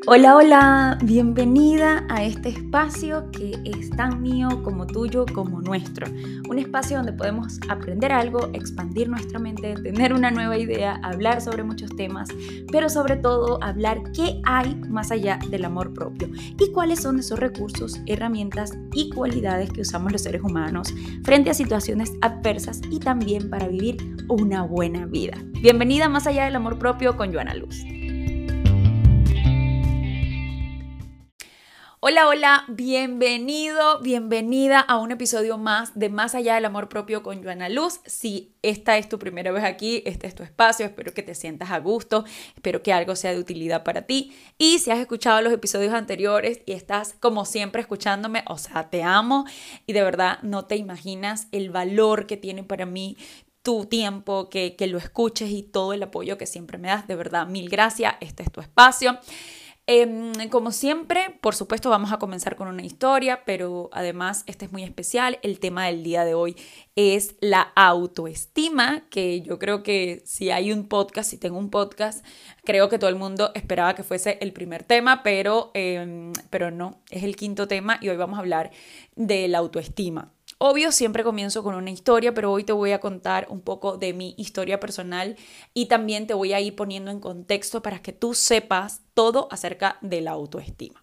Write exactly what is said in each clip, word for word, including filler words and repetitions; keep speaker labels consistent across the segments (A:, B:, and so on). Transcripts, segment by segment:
A: Hola, hola, bienvenida a este espacio que es tan mío como tuyo como nuestro. Un espacio donde podemos aprender algo, expandir nuestra mente, tener una nueva idea, hablar sobre muchos temas, pero sobre todo hablar qué hay más allá del amor propio y cuáles son esos recursos, herramientas y cualidades que usamos los seres humanos frente a situaciones adversas y también para vivir una buena vida. Bienvenida a Más allá del amor propio con Joana Luz. Hola, hola, bienvenido, bienvenida a un episodio más de Más allá del amor propio con Joana Luz. Si esta es tu primera vez aquí, este es tu espacio, espero que te sientas a gusto, espero que algo sea de utilidad para ti. Y si has escuchado los episodios anteriores y estás como siempre escuchándome, o sea, te amo y de verdad no te imaginas el valor que tiene para mí tu tiempo, que, que lo escuches y todo el apoyo que siempre me das. De verdad, mil gracias, este es tu espacio. Eh, como siempre, por supuesto vamos a comenzar con una historia, pero además este es muy especial. El tema del día de hoy es la autoestima, que yo creo que si hay un podcast, si tengo un podcast, creo que todo el mundo esperaba que fuese el primer tema, pero, eh, pero no, es el quinto tema y hoy vamos a hablar de la autoestima. Obvio, siempre comienzo con una historia, pero hoy te voy a contar un poco de mi historia personal y también te voy a ir poniendo en contexto para que tú sepas todo acerca de la autoestima.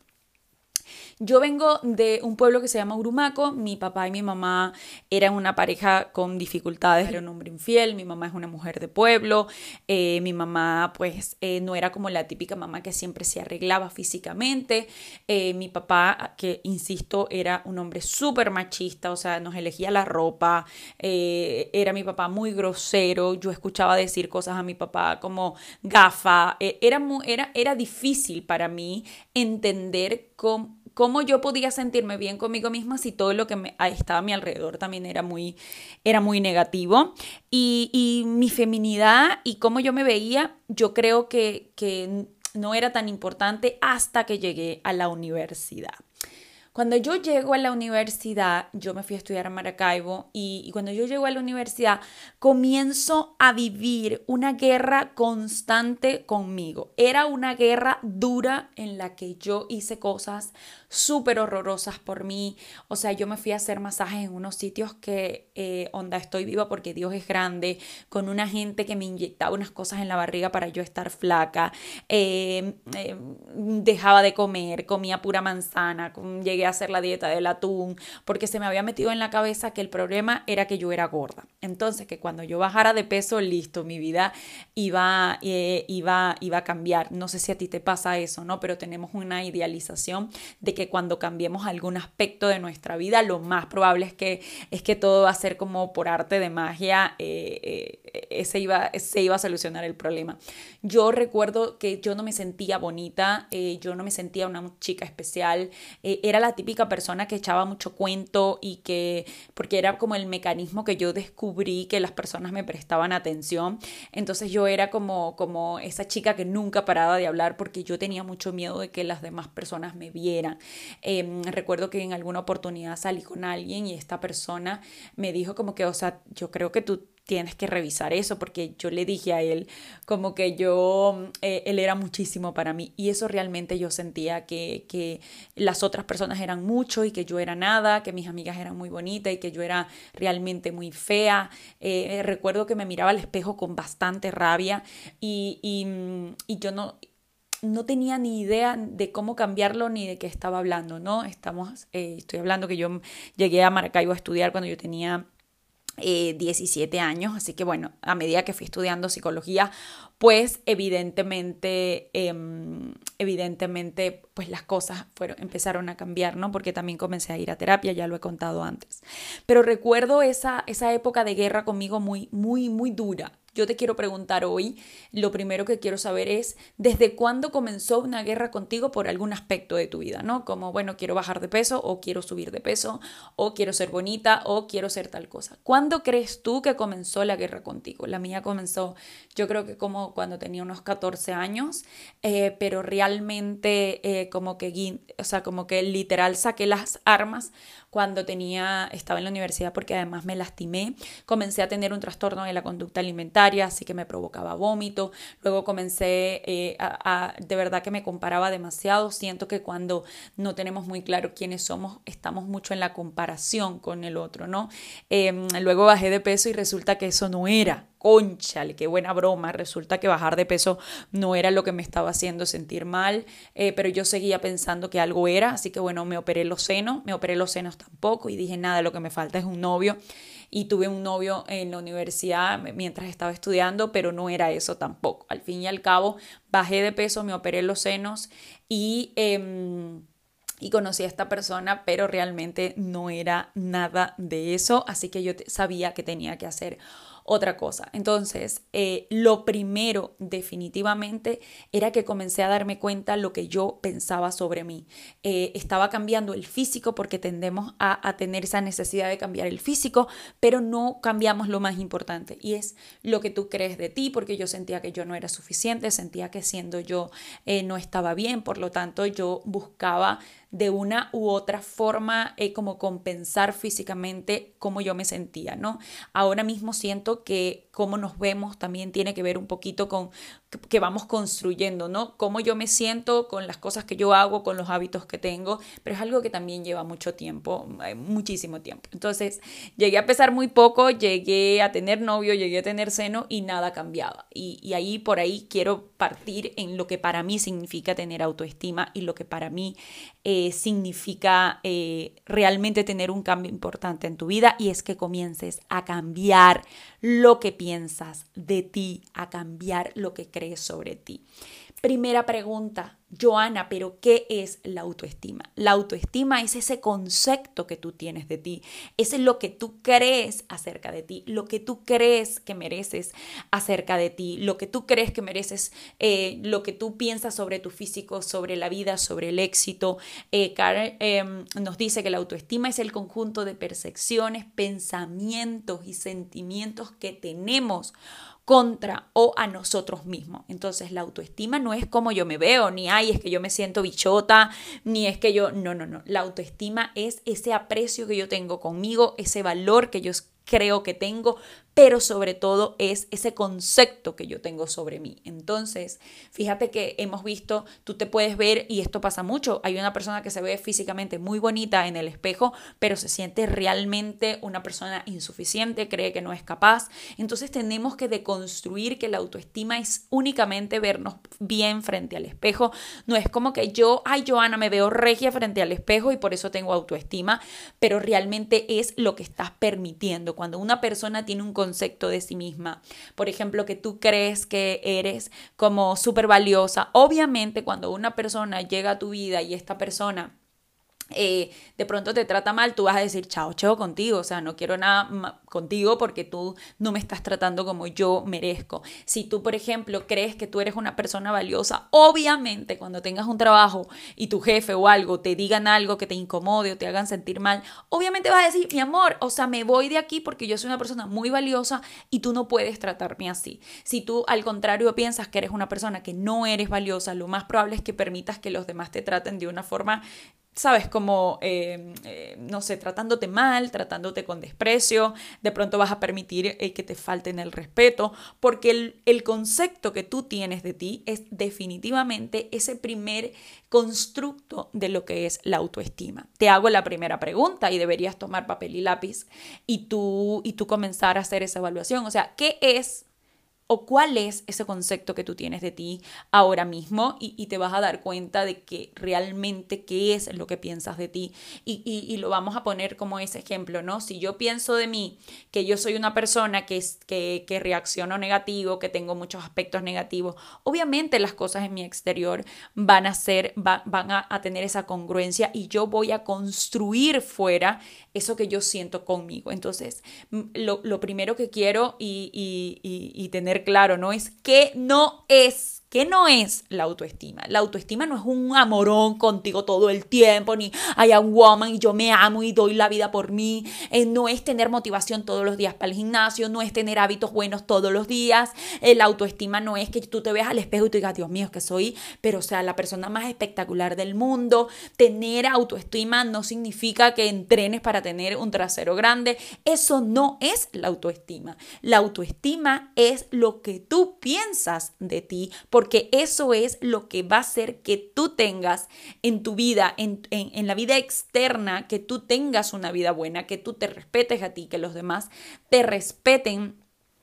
A: Yo vengo de un pueblo que se llama Urumaco. Mi papá y mi mamá eran una pareja con dificultades. Era un hombre infiel, mi mamá es una mujer de pueblo. Eh, mi mamá pues eh, no era como la típica mamá que siempre se arreglaba físicamente. Eh, mi papá, que insisto, era un hombre súper machista, o sea, nos elegía la ropa. Eh, era mi papá muy grosero. Yo escuchaba decir cosas a mi papá como gafa. Eh, era, muy, era, era difícil para mí entender cómo cómo yo podía sentirme bien conmigo misma si todo lo que me, estaba a mi alrededor también era muy, era muy negativo. Y, y mi feminidad y cómo yo me veía, yo creo que, que no era tan importante hasta que llegué a la universidad. Cuando yo llego a la universidad, yo me fui a estudiar a Maracaibo y, y cuando yo llego a la universidad comienzo a vivir una guerra constante conmigo. Era una guerra dura en la que yo hice cosas súper horrorosas por mí. O sea, yo me fui a hacer masajes en unos sitios que, eh, onda, estoy viva porque Dios es grande, con una gente que me inyectaba unas cosas en la barriga para yo estar flaca. Eh, eh, dejaba de comer, comía pura manzana, llegué a hacer la dieta del atún, porque se me había metido en la cabeza que el problema era que yo era gorda. Entonces, que cuando yo bajara de peso, listo, mi vida iba, eh, iba, iba a cambiar. No sé si a ti te pasa eso, ¿no? Pero tenemos una idealización de que cuando cambiemos algún aspecto de nuestra vida, lo más probable es que, es que todo va a ser como por arte de magia, eh, eh, ese iba, se iba a solucionar el problema. Yo recuerdo que yo no me sentía bonita, eh, yo no me sentía una chica especial, eh, era la típica persona que echaba mucho cuento y que, porque era como el mecanismo que yo descubrí que las personas me prestaban atención. Entonces yo era como, como esa chica que nunca paraba de hablar porque yo tenía mucho miedo de que las demás personas me vieran. Eh, recuerdo que en alguna oportunidad salí con alguien y esta persona me dijo como que, o sea, yo creo que tú tienes que revisar eso, porque yo le dije a él como que yo, eh, él era muchísimo para mí y eso realmente yo sentía que, que las otras personas eran mucho y que yo era nada, que mis amigas eran muy bonitas y que yo era realmente muy fea. Eh, recuerdo que me miraba al espejo con bastante rabia y, y, y yo no... no tenía ni idea de cómo cambiarlo ni de qué estaba hablando, ¿no? Estamos, eh, estoy hablando que yo llegué a Maracaibo a estudiar cuando yo tenía Eh, diecisiete años, así que bueno, a medida que fui estudiando psicología, pues evidentemente, eh, evidentemente, pues las cosas fueron, empezaron a cambiar, ¿no? Porque también comencé a ir a terapia, ya lo he contado antes. Pero recuerdo esa, esa época de guerra conmigo muy, muy, muy dura. Yo te quiero preguntar hoy, lo primero que quiero saber es, ¿desde cuándo comenzó una guerra contigo por algún aspecto de tu vida, ¿no? Como, bueno, quiero bajar de peso o quiero subir de peso o quiero ser bonita o quiero ser tal cosa. ¿Cuándo crees tú que comenzó la guerra contigo? La mía comenzó, yo creo que como como cuando tenía unos catorce años, eh, pero realmente eh, como que, o sea, como que literal saqué las armas cuando tenía, estaba en la universidad porque además me lastimé. Comencé a tener un trastorno de la conducta alimentaria, así que me provocaba vómito. Luego comencé eh, a, a, de verdad que me comparaba demasiado. Siento que cuando no tenemos muy claro quiénes somos, estamos mucho en la comparación con el otro, ¿no? Eh, luego bajé de peso y resulta que eso no era. Cónchale, qué buena broma. Resulta que bajar de peso no era lo que me estaba haciendo sentir mal, eh, pero yo seguía pensando que algo era, así que bueno, me operé los senos, me operé los senos tampoco y dije, nada, lo que me falta es un novio. Y tuve un novio en la universidad mientras estaba estudiando, pero no era eso tampoco. Al fin y al cabo, bajé de peso, me operé los senos y... Eh, y conocí a esta persona, pero realmente no era nada de eso, así que yo sabía que tenía que hacer otra cosa. Entonces, eh, lo primero definitivamente era que comencé a darme cuenta lo que yo pensaba sobre mí. Eh, estaba cambiando el físico porque tendemos a, a tener esa necesidad de cambiar el físico, pero no cambiamos lo más importante y es lo que tú crees de ti, porque yo sentía que yo no era suficiente, sentía que siendo yo eh, no estaba bien, por lo tanto yo buscaba de una u otra forma eh, como compensar físicamente cómo yo me sentía, ¿no? Ahora mismo siento que cómo nos vemos también tiene que ver un poquito con que vamos construyendo, ¿no? Cómo yo me siento con las cosas que yo hago, con los hábitos que tengo, pero es algo que también lleva mucho tiempo, muchísimo tiempo. Entonces, llegué a pesar muy poco, llegué a tener novio, llegué a tener seno y nada cambiaba. Y, y ahí por ahí quiero partir en lo que para mí significa tener autoestima y lo que para mí eh, significa eh, realmente tener un cambio importante en tu vida, y es que comiences a cambiar lo que piensas de ti, a cambiar lo que crees sobre ti. Primera pregunta, Joana, ¿pero qué es la autoestima? La autoestima es ese concepto que tú tienes de ti, es lo que tú crees acerca de ti, lo que tú crees que mereces acerca de ti, lo que tú crees que mereces, eh, lo que tú piensas sobre tu físico, sobre la vida, sobre el éxito. Eh, Karen eh, nos dice que la autoestima es el conjunto de percepciones, pensamientos y sentimientos que tenemos contra o a nosotros mismos. Entonces la autoestima no es como yo me veo, ni ay, es que yo me siento bichota, ni es que yo, no, no, no. La autoestima es ese aprecio que yo tengo conmigo, ese valor que yo creo que tengo, pero sobre todo es ese concepto que yo tengo sobre mí. Entonces, fíjate que hemos visto, tú te puedes ver, y esto pasa mucho, hay una persona que se ve físicamente muy bonita en el espejo, pero se siente realmente una persona insuficiente, cree que no es capaz. Entonces tenemos que deconstruir que la autoestima es únicamente vernos bien frente al espejo. No es como que yo, ay, Joana, me veo regia frente al espejo y por eso tengo autoestima, pero realmente es lo que estás permitiendo. Cuando una persona tiene un concepto de sí misma, por ejemplo, que tú crees que eres como súper valiosa, obviamente cuando una persona llega a tu vida y esta persona Eh, de pronto te trata mal, tú vas a decir chao, chao contigo, o sea, no quiero nada contigo porque tú no me estás tratando como yo merezco. Si tú, por ejemplo, crees que tú eres una persona valiosa, obviamente cuando tengas un trabajo y tu jefe o algo te digan algo que te incomode o te hagan sentir mal, obviamente vas a decir, mi amor, o sea, me voy de aquí porque yo soy una persona muy valiosa y tú no puedes tratarme así. Si tú al contrario piensas que eres una persona que no eres valiosa, lo más probable es que permitas que los demás te traten de una forma, sabes, como, eh, eh, no sé, tratándote mal, tratándote con desprecio. De pronto vas a permitir eh, que te falten el respeto, porque el, el concepto que tú tienes de ti es definitivamente ese primer constructo de lo que es la autoestima. Te hago la primera pregunta y deberías tomar papel y lápiz y tú, y tú comenzar a hacer esa evaluación. O sea, ¿qué es o cuál es ese concepto que tú tienes de ti ahora mismo? Y, y te vas a dar cuenta de que realmente qué es lo que piensas de ti. Y, y, y lo vamos a poner como ese ejemplo, ¿no? Si yo pienso de mí que yo soy una persona que, es, que, que reacciono negativo, que tengo muchos aspectos negativos, obviamente las cosas en mi exterior van a ser, va, van a, a tener esa congruencia y yo voy a construir fuera eso que yo siento conmigo. Entonces, lo, lo primero que quiero y, y, y, y tener claro, ¿no? Es que no es ¿Qué no es la autoestima? La autoestima no es un amorón contigo todo el tiempo, ni I am woman y yo me amo y doy la vida por mí. Eh, no es tener motivación todos los días para el gimnasio, no es tener hábitos buenos todos los días. Eh, la autoestima no es que tú te veas al espejo y tú digas, Dios mío, es que soy, pero o sea, la persona más espectacular del mundo. Tener autoestima no significa que entrenes para tener un trasero grande. Eso no es la autoestima. La autoestima es lo que tú piensas de ti, porque eso es lo que va a hacer que tú tengas en tu vida, en, en, en la vida externa, que tú tengas una vida buena, que tú te respetes a ti, que los demás te respeten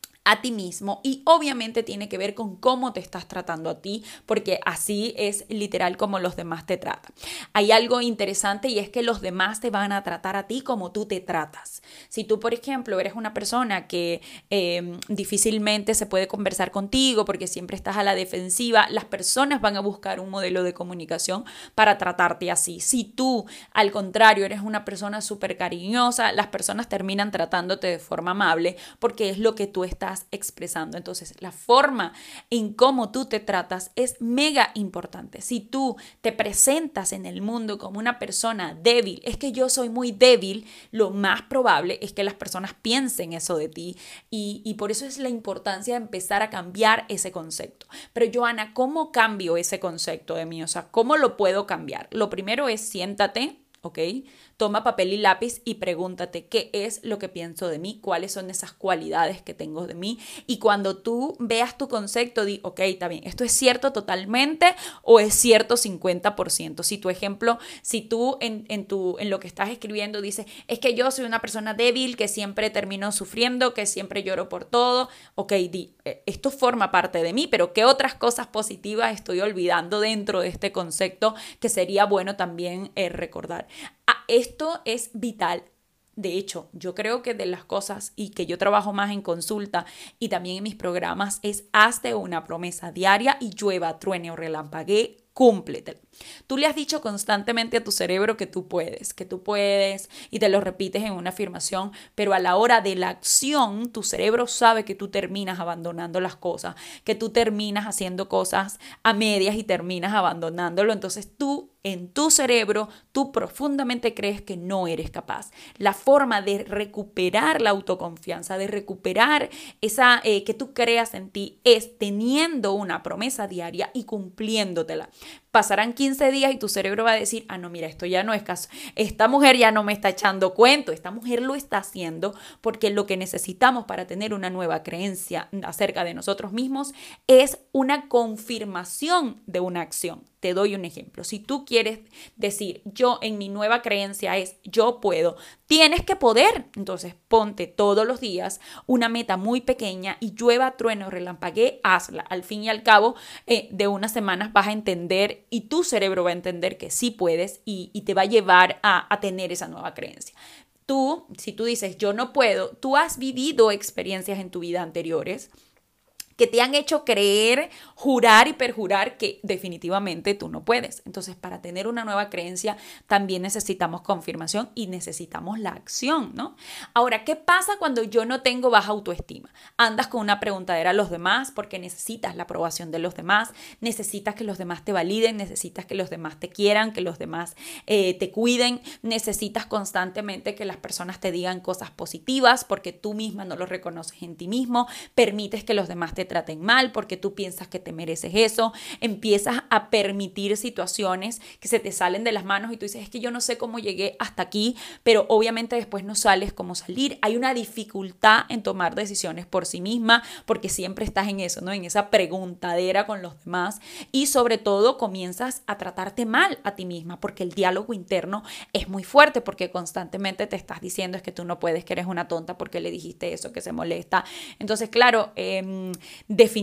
A: a ti mismo, y obviamente tiene que ver con cómo te estás tratando a ti, porque así es literal como los demás te tratan. Hay algo interesante y es que los demás te van a tratar a ti como tú te tratas. Si tú, por ejemplo, eres una persona que eh, difícilmente se puede conversar contigo porque siempre estás a la defensiva, las personas van a buscar un modelo de comunicación para tratarte así. Si tú, al contrario, eres una persona súper cariñosa, las personas terminan tratándote de forma amable porque es lo que tú estás expresando. Entonces, la forma en cómo tú te tratas es mega importante. Si tú te presentas en el mundo como una persona débil, es que yo soy muy débil, lo más probable es que las personas piensen eso de ti, y, y por eso es la importancia de empezar a cambiar ese concepto. Pero Joana, ¿cómo cambio ese concepto de mí? O sea, ¿cómo lo puedo cambiar? Lo primero es siéntate, ¿ok? Toma papel y lápiz y pregúntate qué es lo que pienso de mí, cuáles son esas cualidades que tengo de mí, y cuando tú veas tu concepto, di, ok, está bien, ¿esto es cierto totalmente o es cierto cincuenta por ciento? Si tu ejemplo, si tú en, en, tu, en lo que estás escribiendo dices, es que yo soy una persona débil, que siempre termino sufriendo, que siempre lloro por todo, ok, di, esto forma parte de mí, pero ¿qué otras cosas positivas estoy olvidando dentro de este concepto que sería bueno también eh, recordar? Ah, esto es vital. De hecho, yo creo que de las cosas y que yo trabajo más en consulta y también en mis programas es hazte una promesa diaria y llueva, truene o relampaguee, cúmpletela. Tú le has dicho constantemente a tu cerebro que tú puedes, que tú puedes, y te lo repites en una afirmación, pero a la hora de la acción, tu cerebro sabe que tú terminas abandonando las cosas, que tú terminas haciendo cosas a medias y terminas abandonándolo. Entonces tú, en tu cerebro, tú profundamente crees que no eres capaz. La forma de recuperar la autoconfianza, de recuperar esa eh, que tú creas en ti, es teniendo una promesa diaria y cumpliéndotela. Pasarán quince días y tu cerebro va a decir, ah, no, mira, esto ya no es caso. Esta mujer ya no me está echando cuento. Esta mujer lo está haciendo porque lo que necesitamos para tener una nueva creencia acerca de nosotros mismos es una confirmación de una acción. Te doy un ejemplo. Si tú quieres decir, yo en mi nueva creencia es, yo puedo, tienes que poder. Entonces ponte todos los días una meta muy pequeña y llueva, trueno, relampaguee, hazla. Al fin y al cabo eh, de unas semanas vas a entender y tu cerebro va a entender que sí puedes, y, y te va a llevar a, a tener esa nueva creencia. Tú, si tú dices yo no puedo, tú has vivido experiencias en tu vida anteriores que te han hecho creer, jurar y perjurar que definitivamente tú no puedes. Entonces, para tener una nueva creencia también necesitamos confirmación y necesitamos la acción, ¿no? Ahora, ¿qué pasa cuando yo no tengo baja autoestima? Andas con una preguntadera a los demás porque necesitas la aprobación de los demás, necesitas que los demás te validen, necesitas que los demás te quieran, que los demás eh, te cuiden, necesitas constantemente que las personas te digan cosas positivas porque tú misma no lo reconoces en ti mismo, permites que los demás te traten mal porque tú piensas que te mereces eso, empiezas a permitir situaciones que se te salen de las manos y tú dices, es que yo no sé cómo llegué hasta aquí, pero obviamente después no sales cómo salir. Hay una dificultad en tomar decisiones por sí misma porque siempre estás en eso, ¿no? En esa preguntadera con los demás, y sobre todo comienzas a tratarte mal a ti misma porque el diálogo interno es muy fuerte, porque constantemente te estás diciendo es que tú no puedes, que eres una tonta porque le dijiste eso, que se molesta. Entonces, claro, eh,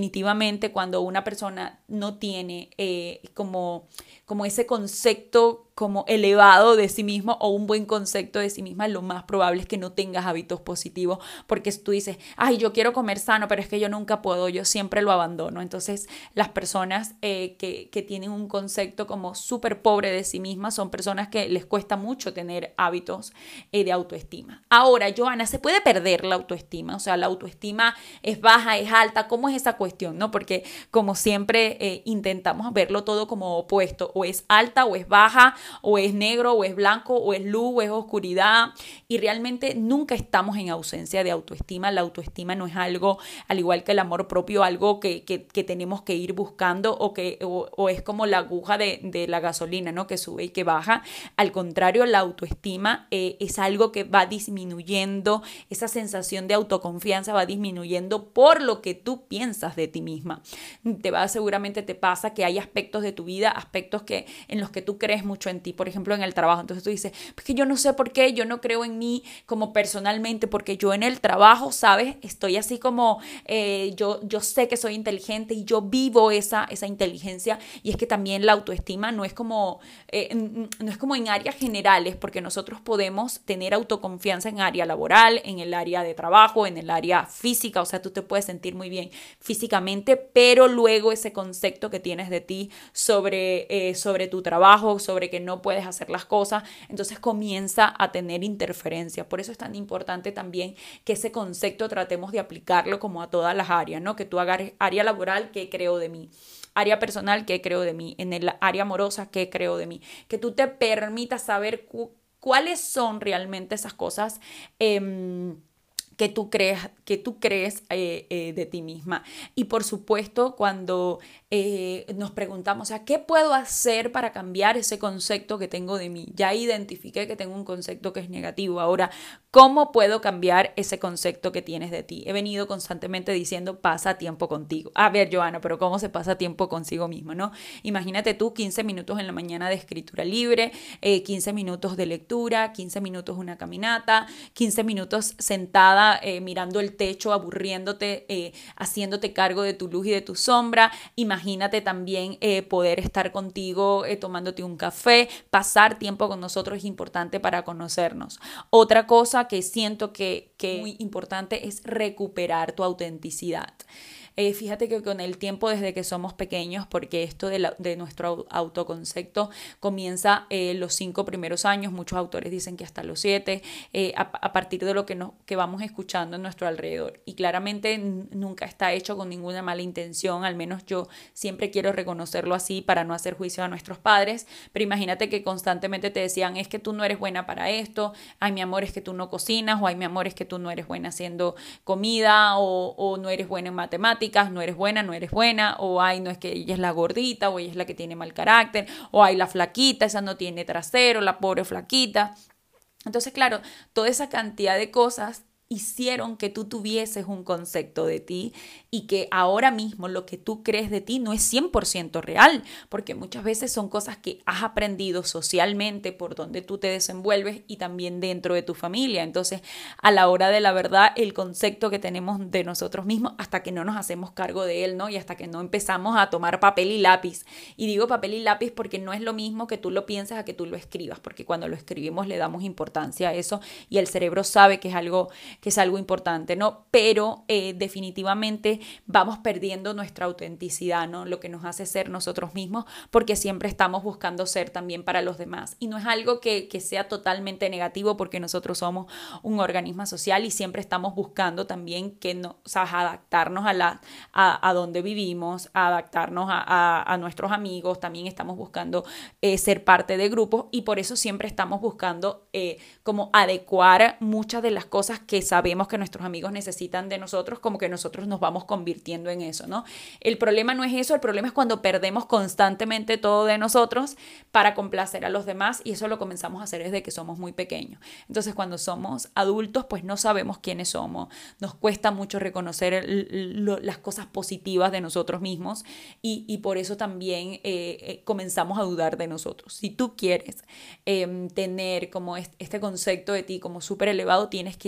A: definitivamente cuando una persona no tiene eh, como, como ese concepto como elevado de sí mismo o un buen concepto de sí misma, lo más probable es que no tengas hábitos positivos, porque tú dices, ay, yo quiero comer sano, pero es que yo nunca puedo, yo siempre lo abandono. Entonces, las personas eh, que, que tienen un concepto como súper pobre de sí mismas son personas que les cuesta mucho tener hábitos eh, de autoestima. Ahora, Joana, ¿se puede perder la autoestima? O sea, la autoestima es baja, es alta, ¿cómo es esa cuestión? ¿No? Porque como siempre eh, intentamos verlo todo como opuesto, o es alta o es baja, o es negro o es blanco, o es luz o es oscuridad, y realmente nunca estamos en ausencia de autoestima. La autoestima no es algo, al igual que el amor propio, algo que, que, que tenemos que ir buscando o, que, o, o es como la aguja de, de la gasolina, ¿no? Que sube y que baja. Al contrario, la autoestima eh, es algo que va disminuyendo, esa sensación de autoconfianza va disminuyendo por lo que tú piensas de ti misma. Te va, seguramente te pasa que hay aspectos de tu vida, aspectos que, en los que tú crees mucho en ti, por ejemplo en el trabajo. Entonces tú dices, pues que yo no sé por qué, yo no creo en mí como personalmente, porque yo en el trabajo, ¿sabes? Estoy así como, eh, yo, yo sé que soy inteligente y yo vivo esa, esa inteligencia. Y es que también la autoestima no es como, eh, no es como en áreas generales, porque nosotros podemos tener autoconfianza en área laboral, en el área de trabajo, en el área física, o sea, tú te puedes sentir muy bien físicamente, pero luego ese concepto que tienes de ti sobre, eh, sobre tu trabajo, sobre que no puedes hacer las cosas, entonces comienza a tener interferencia. Por eso es tan importante también que ese concepto tratemos de aplicarlo como a todas las áreas, ¿no? Que tú hagas área laboral, ¿qué creo de mí? Área personal, ¿qué creo de mí? En el área amorosa, ¿qué creo de mí? Que tú te permitas saber cu- cuáles son realmente esas cosas eh, que tú crees, que tú crees eh, eh, de ti misma. Y por supuesto, cuando eh, nos preguntamos, ¿a qué puedo hacer para cambiar ese concepto que tengo de mí? Ya identifiqué que tengo un concepto que es negativo. Ahora, ¿cómo puedo cambiar ese concepto que tienes de ti? He venido constantemente diciendo, pasa tiempo contigo. A ver, Joana, pero ¿cómo se pasa tiempo consigo misma, no? Imagínate tú quince minutos en la mañana de escritura libre, eh, quince minutos de lectura, quince minutos una caminata, quince minutos sentada Eh, mirando el techo, aburriéndote, eh, haciéndote cargo de tu luz y de tu sombra. Imagínate también eh, poder estar contigo eh, tomándote un café. Pasar tiempo con nosotros es importante para conocernos. Otra cosa que siento que, que es muy importante es recuperar tu autenticidad. Eh, fíjate que con el tiempo, desde que somos pequeños, porque esto de, la, de nuestro autoconcepto comienza eh, los cinco primeros años, muchos autores dicen que hasta los siete, eh, a, a partir de lo que, nos, que vamos escuchando en nuestro alrededor. Y claramente n- nunca está hecho con ninguna mala intención, al menos yo siempre quiero reconocerlo así para no hacer juicio a nuestros padres, pero imagínate que constantemente te decían, es que tú no eres buena para esto, ay mi amor, es que tú no cocinas, o ay mi amor, es que tú no eres buena haciendo comida, o, o no eres buena en matemáticas, no eres buena, no eres buena, o ay, no, es que ella es la gordita, o ella es la que tiene mal carácter, o ay, la flaquita, esa no tiene trasero, la pobre flaquita. Entonces, claro, toda esa cantidad de cosas hicieron que tú tuvieses un concepto de ti y que ahora mismo lo que tú crees de ti no es cien por ciento real, porque muchas veces son cosas que has aprendido socialmente por donde tú te desenvuelves y también dentro de tu familia. Entonces, a la hora de la verdad, el concepto que tenemos de nosotros mismos, hasta que no nos hacemos cargo de él, ¿no? Y hasta que no empezamos a tomar papel y lápiz. Y digo papel y lápiz porque no es lo mismo que tú lo pienses a que tú lo escribas, porque cuando lo escribimos le damos importancia a eso y el cerebro sabe que es algo que es algo importante, ¿no? Pero eh, definitivamente vamos perdiendo nuestra autenticidad, ¿no? Lo que nos hace ser nosotros mismos, porque siempre estamos buscando ser también para los demás. Y no es algo que, que sea totalmente negativo, porque nosotros somos un organismo social y siempre estamos buscando también que no, o sea, adaptarnos a, la, a, a donde vivimos, a adaptarnos a, a, a nuestros amigos, también estamos buscando eh, ser parte de grupos y por eso siempre estamos buscando eh, como adecuar muchas de las cosas que sabemos que nuestros amigos necesitan de nosotros, como que nosotros nos vamos convirtiendo en eso, ¿no? El problema no es eso, el problema es cuando perdemos constantemente todo de nosotros para complacer a los demás y eso lo comenzamos a hacer desde que somos muy pequeños. Entonces, cuando somos adultos, pues no sabemos quiénes somos, nos cuesta mucho reconocer el, lo, las cosas positivas de nosotros mismos y, y por eso también eh, eh, comenzamos a dudar de nosotros. Si tú quieres eh, tener como este, este concepto de ti como súper elevado, tienes que recuperar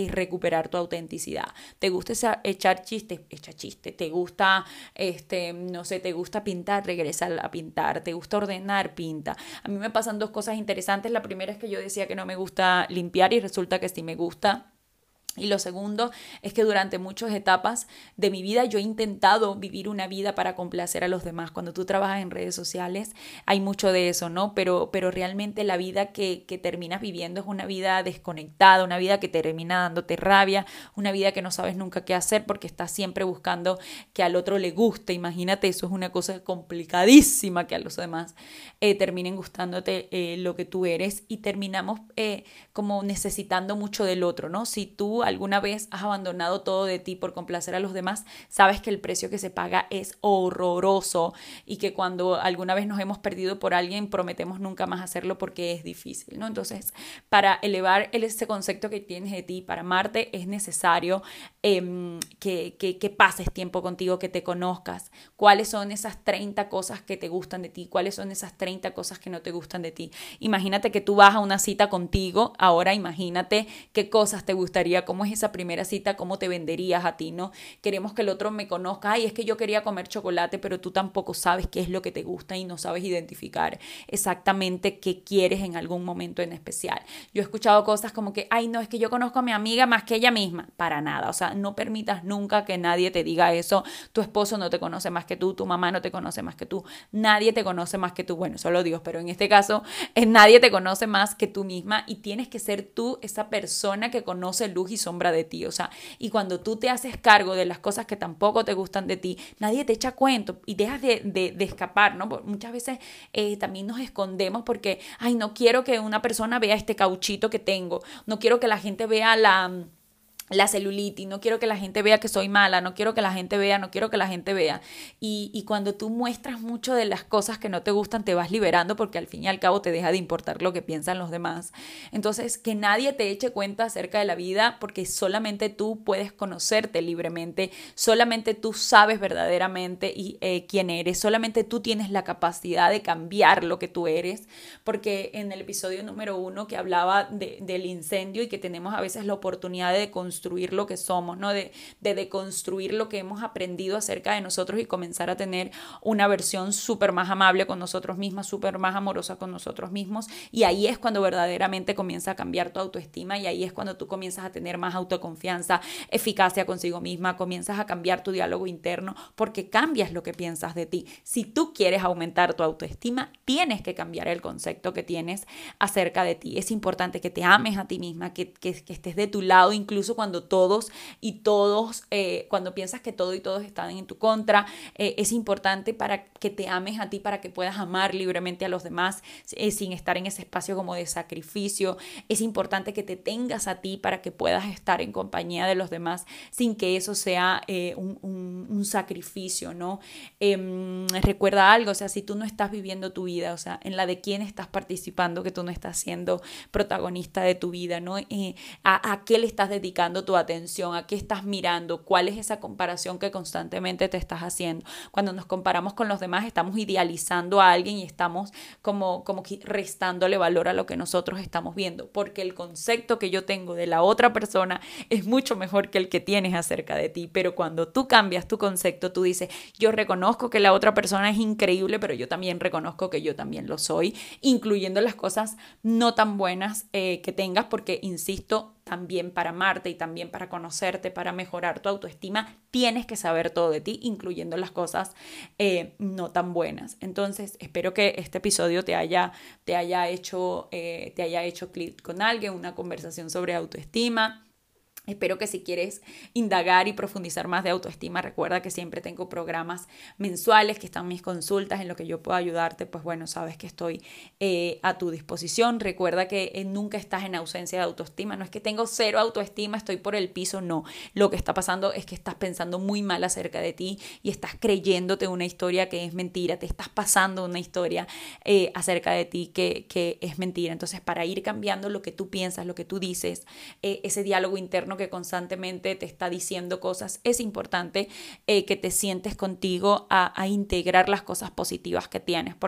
A: recuperar tu autenticidad. ¿Te gusta esa, echar chistes? Echa chistes. ¿Te gusta, este, no sé, te gusta pintar? Regresa a pintar. ¿Te gusta ordenar? Pinta. A mí me pasan dos cosas interesantes. La primera es que yo decía que no me gusta limpiar y resulta que sí me gusta. Y lo segundo es que durante muchas etapas de mi vida yo he intentado vivir una vida para complacer a los demás. Cuando tú trabajas en redes sociales hay mucho de eso, ¿no? Pero, pero realmente la vida que, que terminas viviendo es una vida desconectada, una vida que termina dándote rabia, una vida que no sabes nunca qué hacer porque estás siempre buscando que al otro le guste. Imagínate, eso es una cosa complicadísima, que a los demás eh, terminen gustándote eh, lo que tú eres, y terminamos eh, como necesitando mucho del otro, ¿no? Si tú alguna vez has abandonado todo de ti por complacer a los demás, sabes que el precio que se paga es horroroso, y que cuando alguna vez nos hemos perdido por alguien prometemos nunca más hacerlo porque es difícil, ¿no? Entonces, para elevar ese concepto que tienes de ti, para amarte, es necesario eh, que, que, que pases tiempo contigo, que te conozcas. ¿Cuáles son esas treinta cosas que te gustan de ti? ¿Cuáles son esas treinta cosas que no te gustan de ti? Imagínate que tú vas a una cita contigo, ahora imagínate qué cosas te gustaría, cómo es esa primera cita, cómo te venderías a ti, ¿no? Queremos que el otro me conozca. Ay, es que yo quería comer chocolate, pero tú tampoco sabes qué es lo que te gusta y no sabes identificar exactamente qué quieres en algún momento en especial. Yo he escuchado cosas como que, ay, no, es que yo conozco a mi amiga más que ella misma. Para nada, o sea, no permitas nunca que nadie te diga eso. Tu esposo no te conoce más que tú, tu mamá no te conoce más que tú, nadie te conoce más que tú. Bueno, solo Dios, pero en este caso, eh, nadie te conoce más que tú misma, y tienes que ser tú esa persona que conoce luz y sombra de ti, o sea, y cuando tú te haces cargo de las cosas que tampoco te gustan de ti, nadie te echa cuento y dejas de, de, de escapar, ¿no? Muchas veces eh, también nos escondemos porque, ay, no quiero que una persona vea este cauchito que tengo, no quiero que la gente vea la... la celulitis, no quiero que la gente vea que soy mala, no quiero que la gente vea, no quiero que la gente vea. Y, y cuando tú muestras mucho de las cosas que no te gustan, te vas liberando, porque al fin y al cabo te deja de importar lo que piensan los demás. Entonces, que nadie te eche cuenta acerca de la vida, porque solamente tú puedes conocerte libremente, solamente tú sabes verdaderamente y, eh, quién eres, solamente tú tienes la capacidad de cambiar lo que tú eres, porque en el episodio número uno que hablaba de, del incendio, y que tenemos a veces la oportunidad de construir construir lo que somos, ¿no? De, de deconstruir lo que hemos aprendido acerca de nosotros y comenzar a tener una versión súper más amable con nosotros mismas, súper más amorosa con nosotros mismos. Y ahí es cuando verdaderamente comienza a cambiar tu autoestima, y ahí es cuando tú comienzas a tener más autoconfianza, eficacia consigo misma, comienzas a cambiar tu diálogo interno, porque cambias lo que piensas de ti. Si tú quieres aumentar tu autoestima, tienes que cambiar el concepto que tienes acerca de ti. Es importante que te ames a ti misma, que, que, que estés de tu lado, incluso cuando Cuando todos y todos, eh, cuando piensas que todo y todos están en tu contra, eh, es importante para que te ames a ti, para que puedas amar libremente a los demás, eh, sin estar en ese espacio como de sacrificio. Es importante que te tengas a ti para que puedas estar en compañía de los demás sin que eso sea eh, un, un, un sacrificio, ¿no? Eh, recuerda algo, o sea, si tú no estás viviendo tu vida, o sea, en la de quién estás participando, que tú no estás siendo protagonista de tu vida, ¿no? Eh, a, a qué le estás dedicando tu atención, a qué estás mirando, cuál es esa comparación que constantemente te estás haciendo. Cuando nos comparamos con los demás, estamos idealizando a alguien y estamos como, como restándole valor a lo que nosotros estamos viendo, porque el concepto que yo tengo de la otra persona es mucho mejor que el que tienes acerca de ti. Pero cuando tú cambias tu concepto, tú dices, yo reconozco que la otra persona es increíble, pero yo también reconozco que yo también lo soy, incluyendo las cosas no tan buenas eh, que tengas, porque, insisto, también para amarte y también para conocerte, para mejorar tu autoestima, tienes que saber todo de ti, incluyendo las cosas eh, no tan buenas. Entonces, espero que este episodio te haya, te haya hecho, eh, te haya hecho clic con alguien, una conversación sobre autoestima. Espero que si quieres indagar y profundizar más de autoestima, recuerda que siempre tengo programas mensuales, que están mis consultas, en lo que yo puedo ayudarte, pues bueno, sabes que estoy eh, a tu disposición. Recuerda que eh, nunca estás en ausencia de autoestima, no es que tengo cero autoestima, estoy por el piso, no. Lo que está pasando es que estás pensando muy mal acerca de ti y estás creyéndote una historia que es mentira, te estás pasando una historia eh, acerca de ti que, que es mentira. Entonces, para ir cambiando lo que tú piensas, lo que tú dices, eh, ese diálogo interno que constantemente te está diciendo cosas, es importante eh, que te sientes contigo a, a integrar las cosas positivas que tienes, porque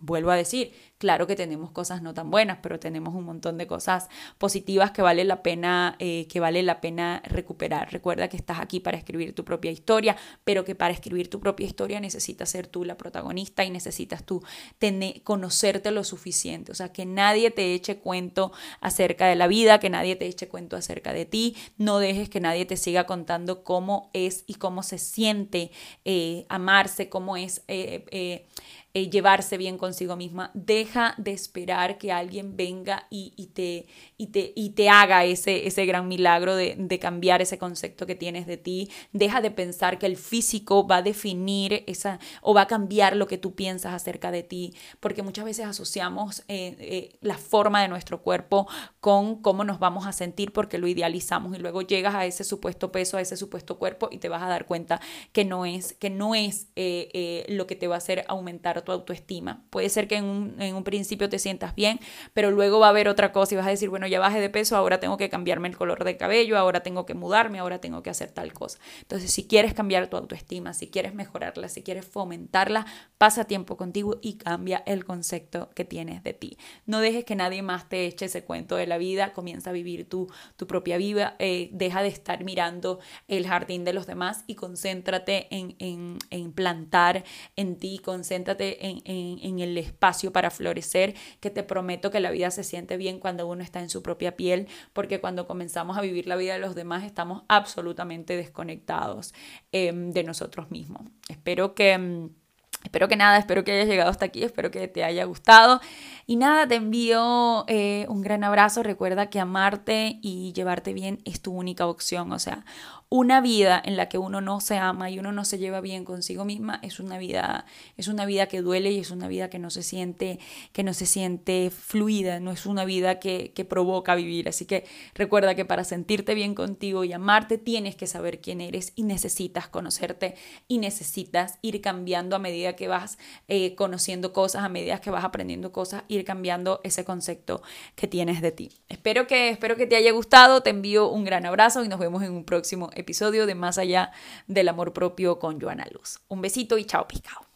A: Vuelvo a decir, claro que tenemos cosas no tan buenas, pero tenemos un montón de cosas positivas que vale la pena, eh, que vale la pena recuperar. Recuerda que estás aquí para escribir tu propia historia, pero que para escribir tu propia historia necesitas ser tú la protagonista y necesitas tú tener, conocerte lo suficiente. O sea, que nadie te eche cuento acerca de la vida, que nadie te eche cuento acerca de ti. No dejes que nadie te siga contando cómo es y cómo se siente eh, amarse, cómo es... Eh, eh, Eh, llevarse bien consigo misma. Deja de esperar que alguien venga y, y, te, y, te, y te haga ese, ese gran milagro de, de cambiar ese concepto que tienes de ti. Deja de pensar que el físico va a definir esa, o va a cambiar lo que tú piensas acerca de ti, porque muchas veces asociamos eh, eh, la forma de nuestro cuerpo con cómo nos vamos a sentir porque lo idealizamos y luego llegas a ese supuesto peso, a ese supuesto cuerpo y te vas a dar cuenta que no es, que no es eh, eh, lo que te va a hacer aumentar tu autoestima. Puede ser que en un, en un principio te sientas bien, pero luego va a haber otra cosa y vas a decir, bueno, ya bajé de peso, ahora tengo que cambiarme el color de cabello, ahora tengo que mudarme, ahora tengo que hacer tal cosa. Entonces, si quieres cambiar tu autoestima, si quieres mejorarla, si quieres fomentarla, pasa tiempo contigo y cambia el concepto que tienes de ti. No dejes que nadie más te eche ese cuento de la vida, comienza a vivir tu, tu propia vida, eh, deja de estar mirando el jardín de los demás y concéntrate en, en, en plantar en ti, concéntrate En, en, en el espacio para florecer, que te prometo que la vida se siente bien cuando uno está en su propia piel, porque cuando comenzamos a vivir la vida de los demás estamos absolutamente desconectados eh, de nosotros mismos. Espero que... Espero que nada, espero que hayas llegado hasta aquí, espero que te haya gustado. Y nada, te envío eh, un gran abrazo. Recuerda que amarte y llevarte bien es tu única opción. O sea, una vida en la que uno no se ama y uno no se lleva bien consigo misma es una vida, es una vida que duele y es una vida que no se siente, que no se siente fluida, no es una vida que, que provoca vivir. Así que recuerda que para sentirte bien contigo y amarte tienes que saber quién eres y necesitas conocerte y necesitas ir cambiando a medida que vas eh, conociendo cosas, a medida que vas aprendiendo cosas, ir cambiando ese concepto que tienes de ti. Espero que, espero que te haya gustado, te envío un gran abrazo y nos vemos en un próximo episodio de Más Allá del Amor Propio con Joana Luz. Un besito y chao, picao.